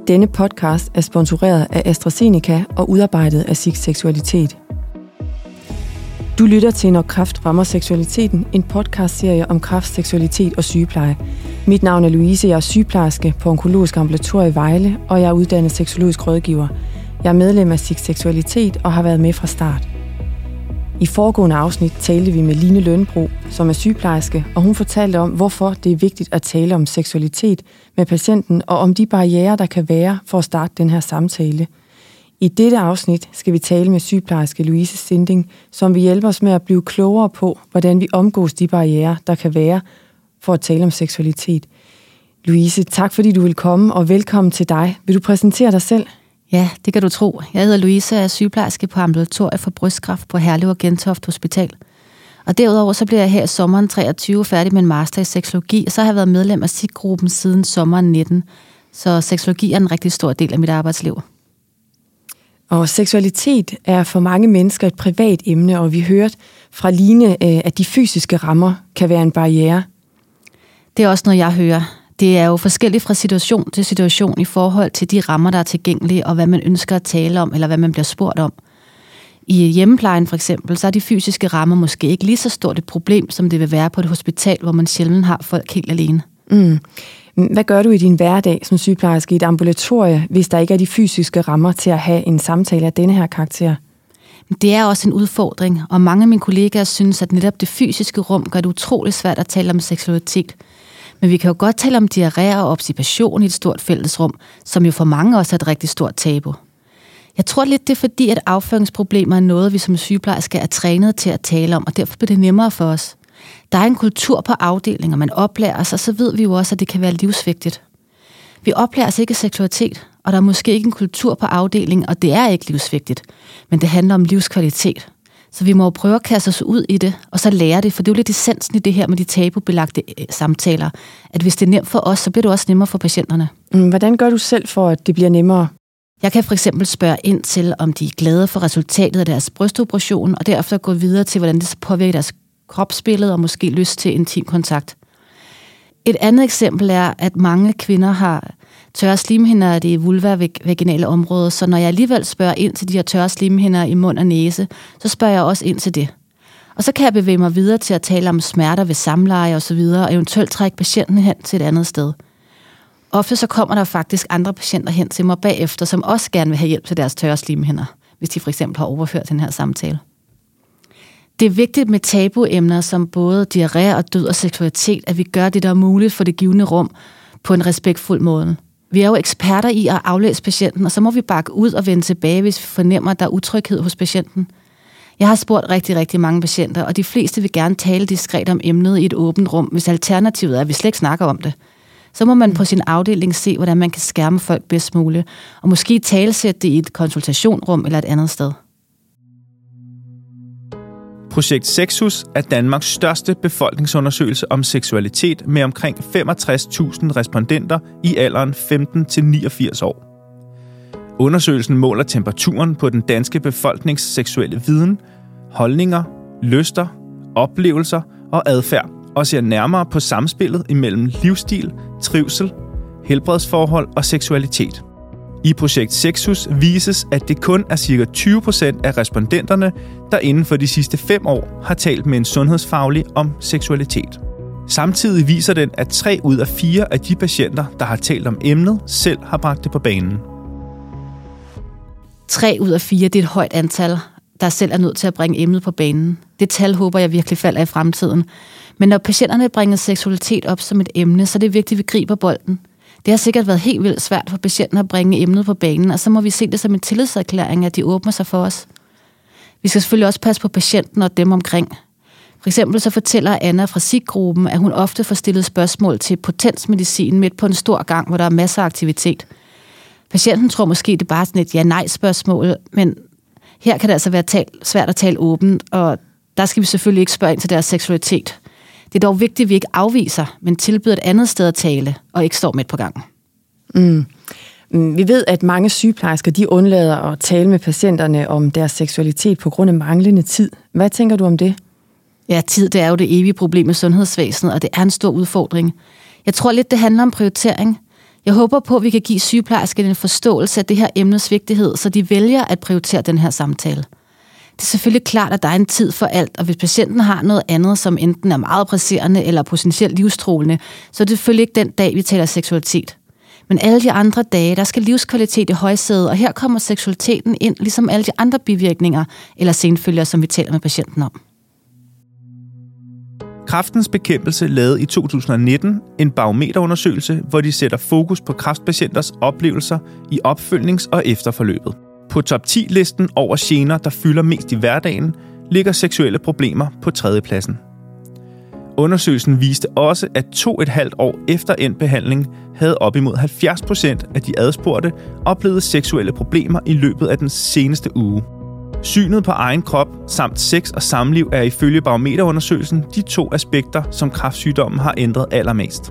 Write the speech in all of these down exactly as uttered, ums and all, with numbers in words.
Denne podcast er sponsoreret af AstraZeneca og udarbejdet af S I G Seksualitet. Du lytter til Når kræft rammer seksualiteten, en podcastserie om kræft, seksualitet og sygepleje. Mit navn er Louise, jeg er sygeplejerske på Onkologisk Ambulatorium i Vejle, og jeg er uddannet seksologisk rådgiver. Jeg er medlem af S I G Seksualitet og har været med fra start. I foregående afsnit talte vi med Line Lønbro, som er sygeplejerske, og hun fortalte om, hvorfor det er vigtigt at tale om seksualitet med patienten, og om de barrierer, der kan være for at starte den her samtale. I dette afsnit skal vi tale med sygeplejerske Louise Sinding, som vil hjælpe os med at blive klogere på, hvordan vi omgås de barrierer, der kan være for at tale om seksualitet. Louise, tak fordi du vil komme, og velkommen til dig. Vil du præsentere dig selv? Ja, det kan du tro. Jeg hedder Louise og er sygeplejerske på Ambulatoriet for Brystkræft på Herlev og Gentofte Hospital. Og derudover så bliver jeg her i sommeren treogtyve færdig med en master i seksologi, og så har jeg været medlem af S I G-gruppen siden sommeren nitten. Så seksologi er en rigtig stor del af mit arbejdsliv. Og seksualitet er for mange mennesker et privat emne, og vi hørte fra Line, at de fysiske rammer kan være en barriere. Det er også noget, jeg hører. Det er jo forskelligt fra situation til situation i forhold til de rammer, der er tilgængelige, og hvad man ønsker at tale om, eller hvad man bliver spurgt om. I hjemmeplejen for eksempel, så er de fysiske rammer måske ikke lige så stort et problem, som det vil være på et hospital, hvor man sjældent har folk helt alene. Mm. Hvad gør du i din hverdag som sygeplejerske i et ambulatorie, hvis der ikke er de fysiske rammer til at have en samtale af denne her karakter? Det er også en udfordring, og mange af mine kollegaer synes, at netop det fysiske rum gør det utroligt svært at tale om seksualitet. Men vi kan jo godt tale om diarré og obstipation i et stort fællesrum, som jo for mange også er et rigtig stort tabu. Jeg tror lidt, det er fordi, at afføringsproblemer er noget, vi som sygeplejersker er trænet til at tale om, og derfor bliver det nemmere for os. Der er en kultur på afdelinger, man oplærer sig, så ved vi jo også, at det kan være livsvigtigt. Vi oplærer os ikke seksualitet, og der er måske ikke en kultur på afdelingen, og det er ikke livsvigtigt, men det handler om livskvalitet. Så vi må jo prøve at kaste os ud i det, og så lære det, for det er jo lidt essensen i det her med de tabubelagte samtaler, at hvis det er nemt for os, så bliver det også nemmere for patienterne. Hvordan gør du selv for, at det bliver nemmere? Jeg kan for eksempel spørge ind til, om de er glade for resultatet af deres brystoperation, og derefter gå videre til, hvordan det påvirker deres kropsbillede og måske lyst til intim kontakt. Et andet eksempel er, at mange kvinder har tørre slimhinder af det vulva-vaginale område, så når jeg alligevel spørger ind til de her tørre slimhinder i mund og næse, så spørger jeg også ind til det. Og så kan jeg bevæge mig videre til at tale om smerter ved samleje osv., og eventuelt trække patienten hen til et andet sted. Ofte så kommer der faktisk andre patienter hen til mig bagefter, som også gerne vil have hjælp til deres tørre slimhinder, hvis de for eksempel har overført den her samtale. Det er vigtigt med tabuemner som både diarré og død og seksualitet, at vi gør det, der er muligt for det givne rum på en respektfuld måde. Vi er jo eksperter i at aflæse patienten, og så må vi bakke ud og vende tilbage, hvis vi fornemmer, at der er utryghed hos patienten. Jeg har spurgt rigtig, rigtig mange patienter, og de fleste vil gerne tale diskret om emnet i et åbent rum, hvis alternativet er, at vi slet ikke snakker om det. Så må man på sin afdeling se, hvordan man kan skærme folk bedst muligt, og måske talesætte det i et konsultationrum eller et andet sted. Projekt Sexus er Danmarks største befolkningsundersøgelse om seksualitet med omkring femogtres tusind respondenter i alderen femten til niogfirs år. Undersøgelsen måler temperaturen på den danske befolknings seksuelle viden, holdninger, lyster, oplevelser og adfærd, og ser nærmere på samspillet imellem livsstil, trivsel, helbredsforhold og seksualitet. I projekt Sexus vises, at det kun er ca. tyve procent af respondenterne, der inden for de sidste fem år har talt med en sundhedsfaglig om seksualitet. Samtidig viser den, at tre ud af fire af de patienter, der har talt om emnet, selv har bragt det på banen. Tre ud af fire, det er et højt antal, der selv er nødt til at bringe emnet på banen. Det tal håber jeg virkelig falder i fremtiden. Men når patienterne bringer seksualitet op som et emne, så er det vigtigt, at vi griber bolden. Det har sikkert været helt vildt svært for patienten at bringe emnet på banen, og så må vi se det som en tillidserklæring, at de åbner sig for os. Vi skal selvfølgelig også passe på patienten og dem omkring. For eksempel så fortæller Anna fra S I G-gruppen, at hun ofte får stillet spørgsmål til potensmedicin midt på en stor gang, hvor der er masser af aktivitet. Patienten tror måske, det er bare sådan et ja-nej-spørgsmål, men her kan det altså være tal- svært at tale åbent, og der skal vi selvfølgelig ikke spørge ind til deres seksualitet. Det er dog vigtigt, at vi ikke afviser, men tilbyder et andet sted at tale, og ikke står midt på gangen. Mm. Vi ved, at mange sygeplejersker de undlader at tale med patienterne om deres seksualitet på grund af manglende tid. Hvad tænker du om det? Ja, tid det er jo det evige problem med sundhedsvæsenet, og det er en stor udfordring. Jeg tror lidt, det handler om prioritering. Jeg håber på, at vi kan give sygeplejerskerne en forståelse af det her emnes vigtighed, så de vælger at prioritere den her samtale. Det er selvfølgelig klart, at der er en tid for alt, og hvis patienten har noget andet, som enten er meget presserende eller potentielt livstruende, så er det selvfølgelig ikke den dag, vi taler seksualitet. Men alle de andre dage, der skal livskvalitet i højsædet, og her kommer seksualiteten ind, ligesom alle de andre bivirkninger eller senfølger, som vi taler med patienten om. Kræftens Bekæmpelse lavede i to tusind nitten en barometerundersøgelse, hvor de sætter fokus på kræftpatienters oplevelser i opfølgnings- og efterforløbet. På top ti-listen over gener, der fylder mest i hverdagen, ligger seksuelle problemer på tredjepladsen. Undersøgelsen viste også, at to og et halvt år efter endt behandling havde op imod halvfjerds procent af de adspurgte oplevet seksuelle problemer i løbet af den seneste uge. Synet på egen krop samt sex og samliv er ifølge barometerundersøgelsen de to aspekter, som kræftsygdommen har ændret allermest.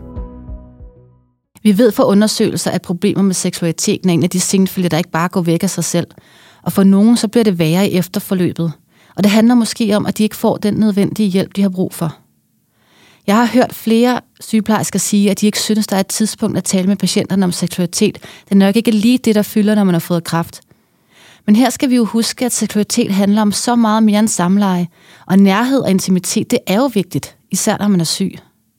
Vi ved fra undersøgelser, at problemer med seksualiteten er en af de senfølger, der ikke bare går væk af sig selv. Og for nogen så bliver det værre i efterforløbet. Og det handler måske om, at de ikke får den nødvendige hjælp, de har brug for. Jeg har hørt flere sygeplejersker sige, at de ikke synes, der er et tidspunkt at tale med patienterne om seksualitet. Det er nok ikke lige det, der fylder, når man har fået kræft. Men her skal vi jo huske, at seksualitet handler om så meget mere end samleje. Og nærhed og intimitet, det er jo vigtigt, især når man er syg.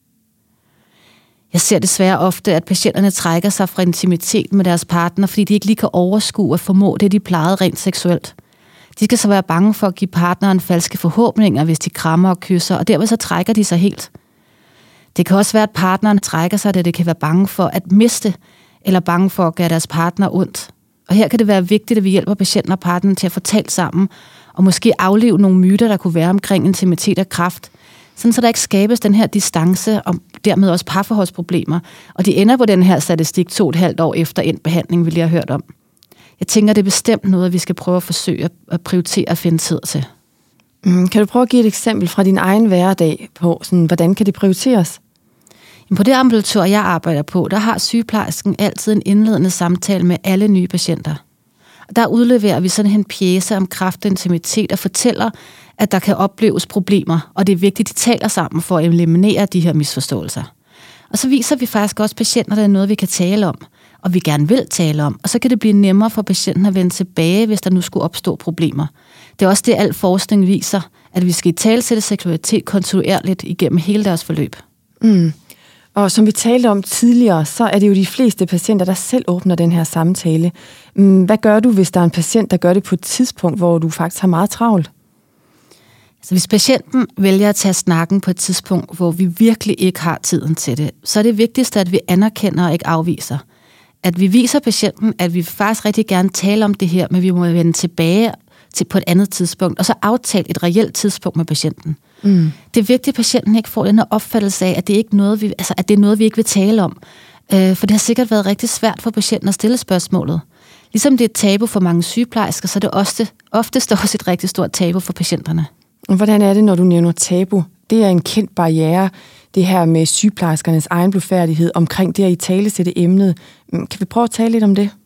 Jeg ser desværre ofte, at patienterne trækker sig fra intimitet med deres partner, fordi de ikke lige kan overskue at formå det, de plejede rent seksuelt. De skal så være bange for at give partneren falske forhåbninger, hvis de krammer og kysser, og derved så trækker de sig helt. Det kan også være, at partneren trækker sig, da det kan være bange for at miste, eller bange for at gøre deres partner ondt. Og her kan det være vigtigt, at vi hjælper patienten og partneren til at få talt sammen, og måske aflive nogle myter, der kunne være omkring intimitet og kræft, sådan så der ikke skabes den her distance, og dermed også parforholdsproblemer, og de ender på den her statistik to og et halvt år efter endt behandling, vi lige har hørt om. Jeg tænker, det er bestemt noget, vi skal prøve at forsøge at prioritere og finde tid til. Mm, kan du prøve at give et eksempel fra din egen hverdag på, sådan, hvordan kan det prioriteres? På det ambulatorium, jeg arbejder på, der har sygeplejersken altid en indledende samtale med alle nye patienter. Der udleverer vi sådan en pjece om kræft og intimitet og fortæller, at der kan opleves problemer, og det er vigtigt, at de taler sammen for at eliminere de her misforståelser. Og så viser vi faktisk også patienter, at det er noget, vi kan tale om, og vi gerne vil tale om, og så kan det blive nemmere for patienten at vende tilbage, hvis der nu skulle opstå problemer. Det er også det, al forskning viser, at vi skal italesætte seksualitet kontinuerligt igennem hele deres forløb. Mm. Og som vi talte om tidligere, så er det jo de fleste patienter, der selv åbner den her samtale. Hvad gør du, hvis der er en patient, der gør det på et tidspunkt, hvor du faktisk har meget travlt? Så hvis patienten vælger at tage snakken på et tidspunkt, hvor vi virkelig ikke har tiden til det, så er det vigtigste, at vi anerkender og ikke afviser. At vi viser patienten, at vi faktisk rigtig gerne taler om det her, men vi må vende tilbage til på et andet tidspunkt, og så aftale et reelt tidspunkt med patienten. Mm. Det er vigtigt, at patienten ikke får den her opfattelse af, at det, ikke er noget, vi, altså, at det er noget, vi ikke vil tale om. Øh, for det har sikkert været rigtig svært for patienten at stille spørgsmålet. Ligesom det er et tabu for mange sygeplejersker, så er det ofte, oftest også et rigtig stort tabu for patienterne. Hvordan er det, når du nævner tabu? Det er en kendt barriere, det her med sygeplejerskernes egen blufærdighed omkring det at italesætte emnet. Kan vi prøve at tale lidt om det?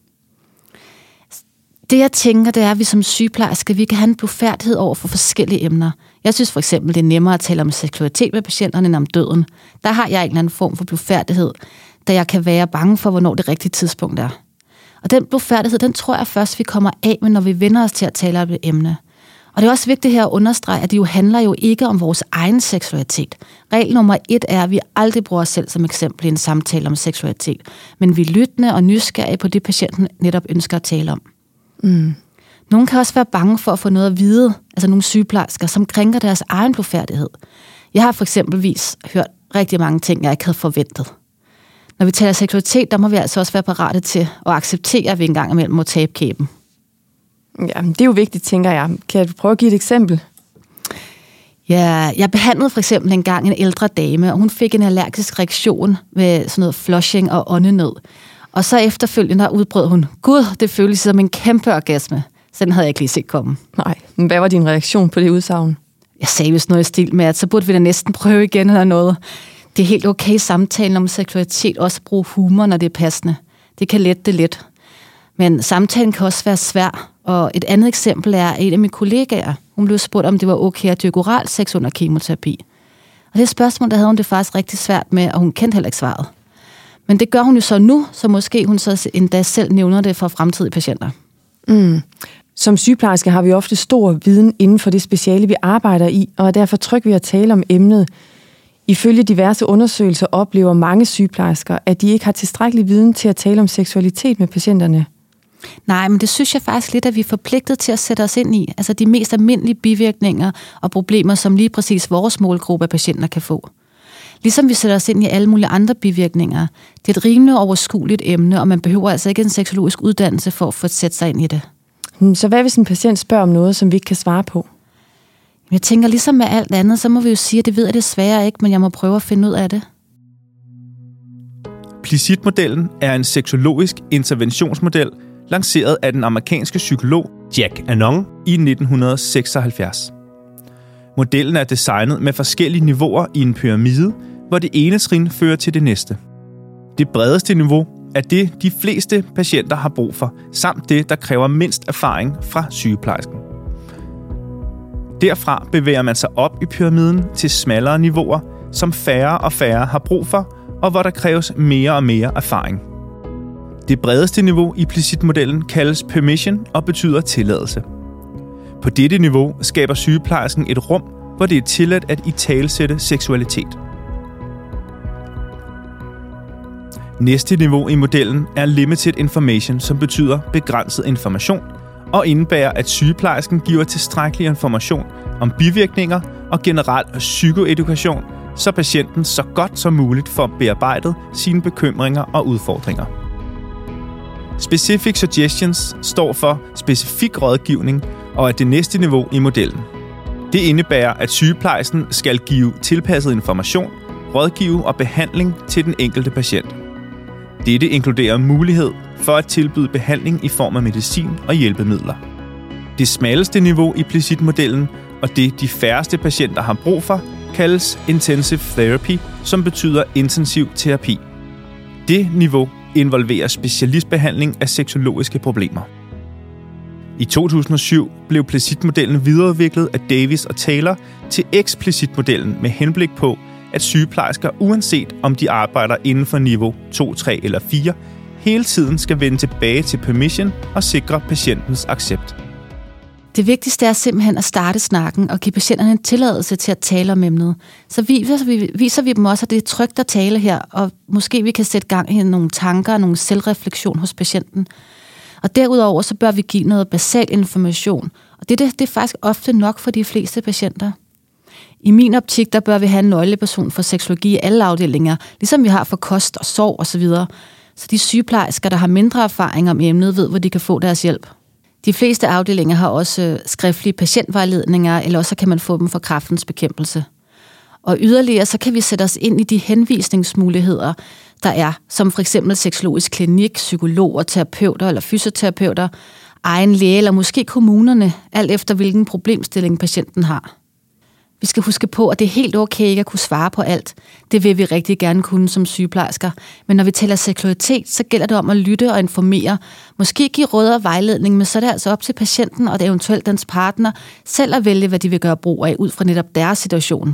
Det, jeg tænker, det er, at vi som sygeplejersker, vi kan have en blufærdighed over for forskellige emner. Jeg synes for eksempel, det er nemmere at tale om seksualitet med patienterne end om døden. Der har jeg en eller anden form for blufærdighed, da jeg kan være bange for, hvornår det rigtige tidspunkt er. Og den blufærdighed, den tror jeg først, vi kommer af med, når vi vender os til at tale om det emne. Og det er også vigtigt her at understrege, at det jo handler jo ikke om vores egen seksualitet. Regel nummer et er, at vi aldrig bruger os selv som eksempel i en samtale om seksualitet, men vi er lyttende og nysgerrige på det, patienten netop ønsker at tale om. Mm. Nogle kan også være bange for at få noget at vide, altså nogle sygeplejersker, som krænker deres egen blufærdighed. Jeg har for eksempelvis hørt rigtig mange ting, jeg ikke havde forventet. Når vi taler seksualitet, der må vi altså også være parate til at acceptere, at vi engang imellem må tabe kæben. Ja, det er jo vigtigt, tænker jeg. Kan du prøve at give et eksempel? Ja, jeg behandlede for eksempel engang en ældre dame, og hun fik en allergisk reaktion med sådan noget flushing og åndenød. Og så efterfølgende udbrød hun, gud, det føltes som en kæmpe orgasme. Så den havde jeg ikke lige set komme. Nej, men hvad var din reaktion på det udsagn? Jeg sagde vist noget i stil med, at så burde vi da næsten prøve igen eller noget. Det er helt okay samtalen om seksualitet, også bruge humor, når det er passende. Det kan lette det lidt. Men samtalen kan også være svær. Og et andet eksempel er en af mine kollegaer. Hun blev spurgt, om det var okay at dyrke oral sex under kemoterapi. Og det spørgsmål, der havde hun det faktisk rigtig svært med, og hun kendte heller ikke svaret. Men det gør hun jo så nu, så måske hun så endda selv nævner det for fremtidige patienter. Mm. Som sygeplejerske har vi ofte stor viden inden for det speciale, vi arbejder i, og er derfor tryg ved at tale om emnet. Ifølge diverse undersøgelser oplever mange sygeplejersker, at de ikke har tilstrækkelig viden til at tale om seksualitet med patienterne. Nej, men det synes jeg faktisk lidt, at vi er forpligtet til at sætte os ind i. Altså de mest almindelige bivirkninger og problemer, som lige præcis vores målgruppe af patienter kan få. Ligesom vi sætter os ind i alle mulige andre bivirkninger. Det er et rimelig overskueligt emne, og man behøver altså ikke en seksologisk uddannelse for at få sætte sig ind i det. Så hvad hvis en patient spørger om noget, som vi ikke kan svare på? Jeg tænker, ligesom med alt andet, så må vi jo sige, at det ved jeg desværre ikke, men jeg må prøve at finde ud af det. Plicit-modellen er en seksologisk interventionsmodel, lanceret af den amerikanske psykolog Jack Anon i nitten seksoghalvfjerds. Modellen er designet med forskellige niveauer i en pyramide, hvor det ene trin fører til det næste. Det bredeste niveau er det, de fleste patienter har brug for, samt det, der kræver mindst erfaring fra sygeplejersken. Derfra bevæger man sig op i pyramiden til smallere niveauer, som færre og færre har brug for, og hvor der kræves mere og mere erfaring. Det bredeste niveau i Plicit-modellen kaldes permission og betyder tilladelse. På dette niveau skaber sygeplejersken et rum, hvor det er tilladt at italesætte seksualitet. Næste niveau i modellen er limited information, som betyder begrænset information, og indebærer, at sygeplejersken giver tilstrækkelig information om bivirkninger og generel psykoedukation, så patienten så godt som muligt får bearbejdet sine bekymringer og udfordringer. Specific Suggestions står for specifik rådgivning og er det næste niveau i modellen. Det indebærer, at sygeplejersken skal give tilpasset information, rådgive og behandling til den enkelte patient. Dette inkluderer mulighed for at tilbyde behandling i form af medicin og hjælpemidler. Det smalleste niveau i Plicit-modellen, og det de færreste patienter har brug for, kaldes Intensive Therapy, som betyder intensiv terapi. Det niveau involverer specialistbehandling af seksologiske problemer. I to tusind og syv blev Plicit-modellen videreudviklet af Davis og Taylor til Explicit-modellen med henblik på, at sygeplejersker, uanset om de arbejder inden for niveau to, tre eller fire, hele tiden skal vende tilbage til permission og sikre patientens accept. Det vigtigste er simpelthen at starte snakken og give patienterne en tilladelse til at tale om emnet. Så viser vi, viser vi dem også, at det er trygt at tale her, og måske vi kan sætte gang i nogle tanker og nogle selvreflektion hos patienten. Og derudover så bør vi give noget basal information, og det, det, det er faktisk ofte nok for de fleste patienter. I min optik, der bør vi have en nøgleperson for seksologi i alle afdelinger, ligesom vi har for kost og sorg osv., så de sygeplejersker, der har mindre erfaring om emnet, ved, hvor de kan få deres hjælp. De fleste afdelinger har også skriftlige patientvejledninger, eller også kan man få dem for kræftens bekæmpelse. Og yderligere, så kan vi sætte os ind i de henvisningsmuligheder, der er, som for eksempel seksologisk klinik, psykologer, terapeuter eller fysioterapeuter, egen læge eller måske kommunerne, alt efter hvilken problemstilling patienten har. Vi skal huske på, at det er helt okay ikke at kunne svare på alt. Det vil vi rigtig gerne kunne som sygeplejersker. Men når vi taler seksualitet, så gælder det om at lytte og informere. Måske give råd og vejledning, men så er det altså op til patienten og eventuelt dens partner selv at vælge, hvad de vil gøre brug af, ud fra netop deres situation.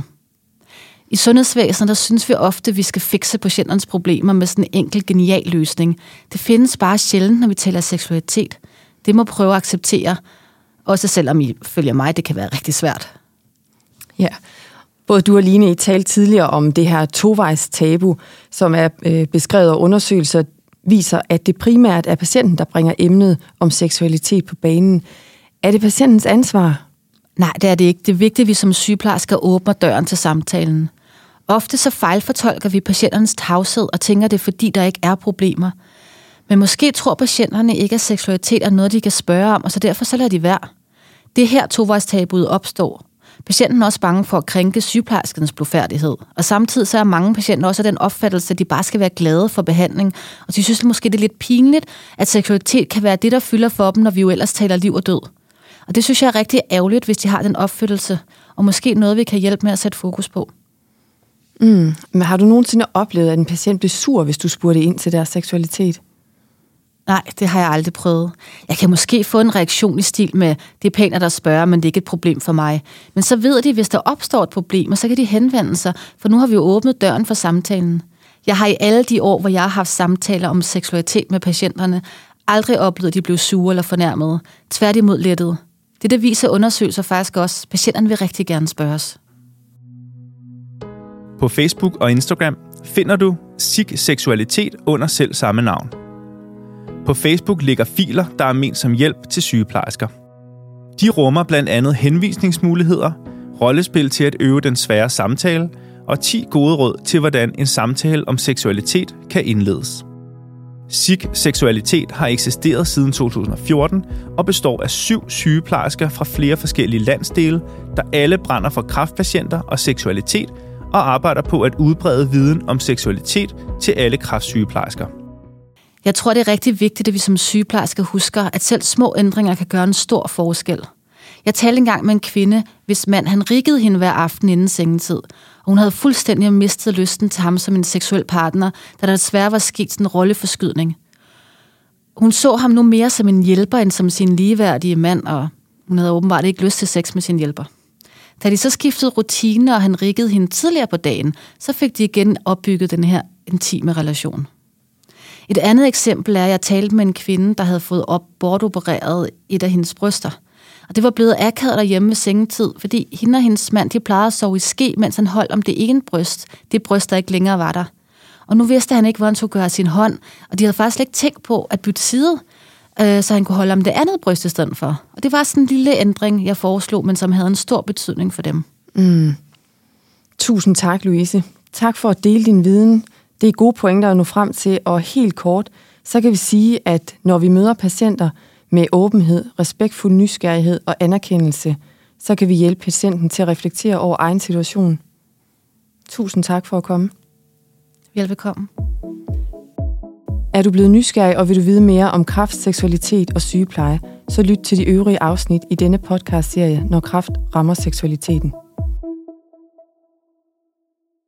I sundhedsvæsenet, der synes vi ofte, at vi skal fikse patienternes problemer med sådan en enkel, genial løsning. Det findes bare sjældent, når vi taler seksualitet. Det må prøve at acceptere, også selvom I følger mig, det kan være rigtig svært. Ja, både du og Line, I talte tidligere om det her tovejs tabu, som er øh, beskrevet og undersøgelser, viser, at det primært er patienten, der bringer emnet om seksualitet på banen. Er det patientens ansvar? Nej, det er det ikke. Det er vigtigt, at vi som sygeplejersker åbner døren til samtalen. Ofte så fejlfortolker vi patienternes tavshed og tænker, det er fordi, der ikke er problemer. Men måske tror patienterne ikke, at seksualitet er noget, de kan spørge om, og så derfor så lader de være. Det er her tovejstabuet opstår. Patienten er også bange for at krænke sygeplejerskernes blufærdighed. Og samtidig så er mange patienter også af den opfattelse, at de bare skal være glade for behandling. Og de synes måske, det er lidt pinligt, at seksualitet kan være det, der fylder for dem, når vi jo ellers taler liv og død. Og det synes jeg er rigtig ærgerligt, hvis de har den opfattelse, og måske noget, vi kan hjælpe med at sætte fokus på. Mm. Men har du nogensinde oplevet, at en patient blev sur, hvis du spurgte ind til deres seksualitet? Nej, det har jeg aldrig prøvet. Jeg kan måske få en reaktion i stil med, det er pænt at der spørger, men det er ikke et problem for mig. Men så ved de, hvis der opstår et problem, og så kan de henvende sig, for nu har vi jo åbnet døren for samtalen. Jeg har i alle de år, hvor jeg har haft samtaler om seksualitet med patienterne, aldrig oplevet, at de blev sure eller fornærmede. Tværtimod lettede. Det, der viser undersøgelser faktisk også. Patienterne vil rigtig gerne spørges. På Facebook og Instagram finder du S I G Seksualitet under selv samme navn. På Facebook ligger filer, der er ment som hjælp til sygeplejersker. De rummer blandt andet henvisningsmuligheder, rollespil til at øve den svære samtale og ti gode råd til, hvordan en samtale om seksualitet kan indledes. S I G Seksualitet har eksisteret siden to tusind og fjorten og består af syv sygeplejersker fra flere forskellige landsdele, der alle brænder for kræftpatienter og seksualitet og arbejder på at udbrede viden om seksualitet til alle kræftsygeplejersker. Jeg tror, det er rigtig vigtigt, at vi som sygeplejersker husker, at selv små ændringer kan gøre en stor forskel. Jeg talte engang med en kvinde, hvis mand han riggede hende hver aften inden sengetid, og hun havde fuldstændig mistet lysten til ham som en seksuel partner, da der desværre var sket en rolleforskydning. Hun så ham nu mere som en hjælper end som sin ligeværdige mand, og hun havde åbenbart ikke lyst til sex med sin hjælper. Da de så skiftede rutine, og han riggede hende tidligere på dagen, så fik de igen opbygget den her intime relation. Et andet eksempel er, at jeg talte med en kvinde, der havde fået op bortopereret et af hendes bryster. Og det var blevet akavet derhjemme ved sengetid, fordi hende og hendes mand, de plejede at sove i ske, mens han holdt om det ene bryst, det bryst, der ikke længere var der. Og nu vidste han ikke, hvordan han skulle gøre sin hånd, og de havde faktisk ikke tænkt på at bytte side, øh, så han kunne holde om det andet bryst i stedet for. Og det var sådan en lille ændring, jeg foreslog, men som havde en stor betydning for dem. Mm. Tusind tak, Louise. Tak for at dele din viden. Det er gode pointer at nå frem til, og helt kort, så kan vi sige, at når vi møder patienter med åbenhed, respektfuld nysgerrighed og anerkendelse, så kan vi hjælpe patienten til at reflektere over egen situation. Tusind tak for at komme. Velbekomme. Er du blevet nysgerrig, og vil du vide mere om kræft, seksualitet og sygepleje, så lyt til de øvrige afsnit i denne podcastserie, Når kræft rammer seksualiteten.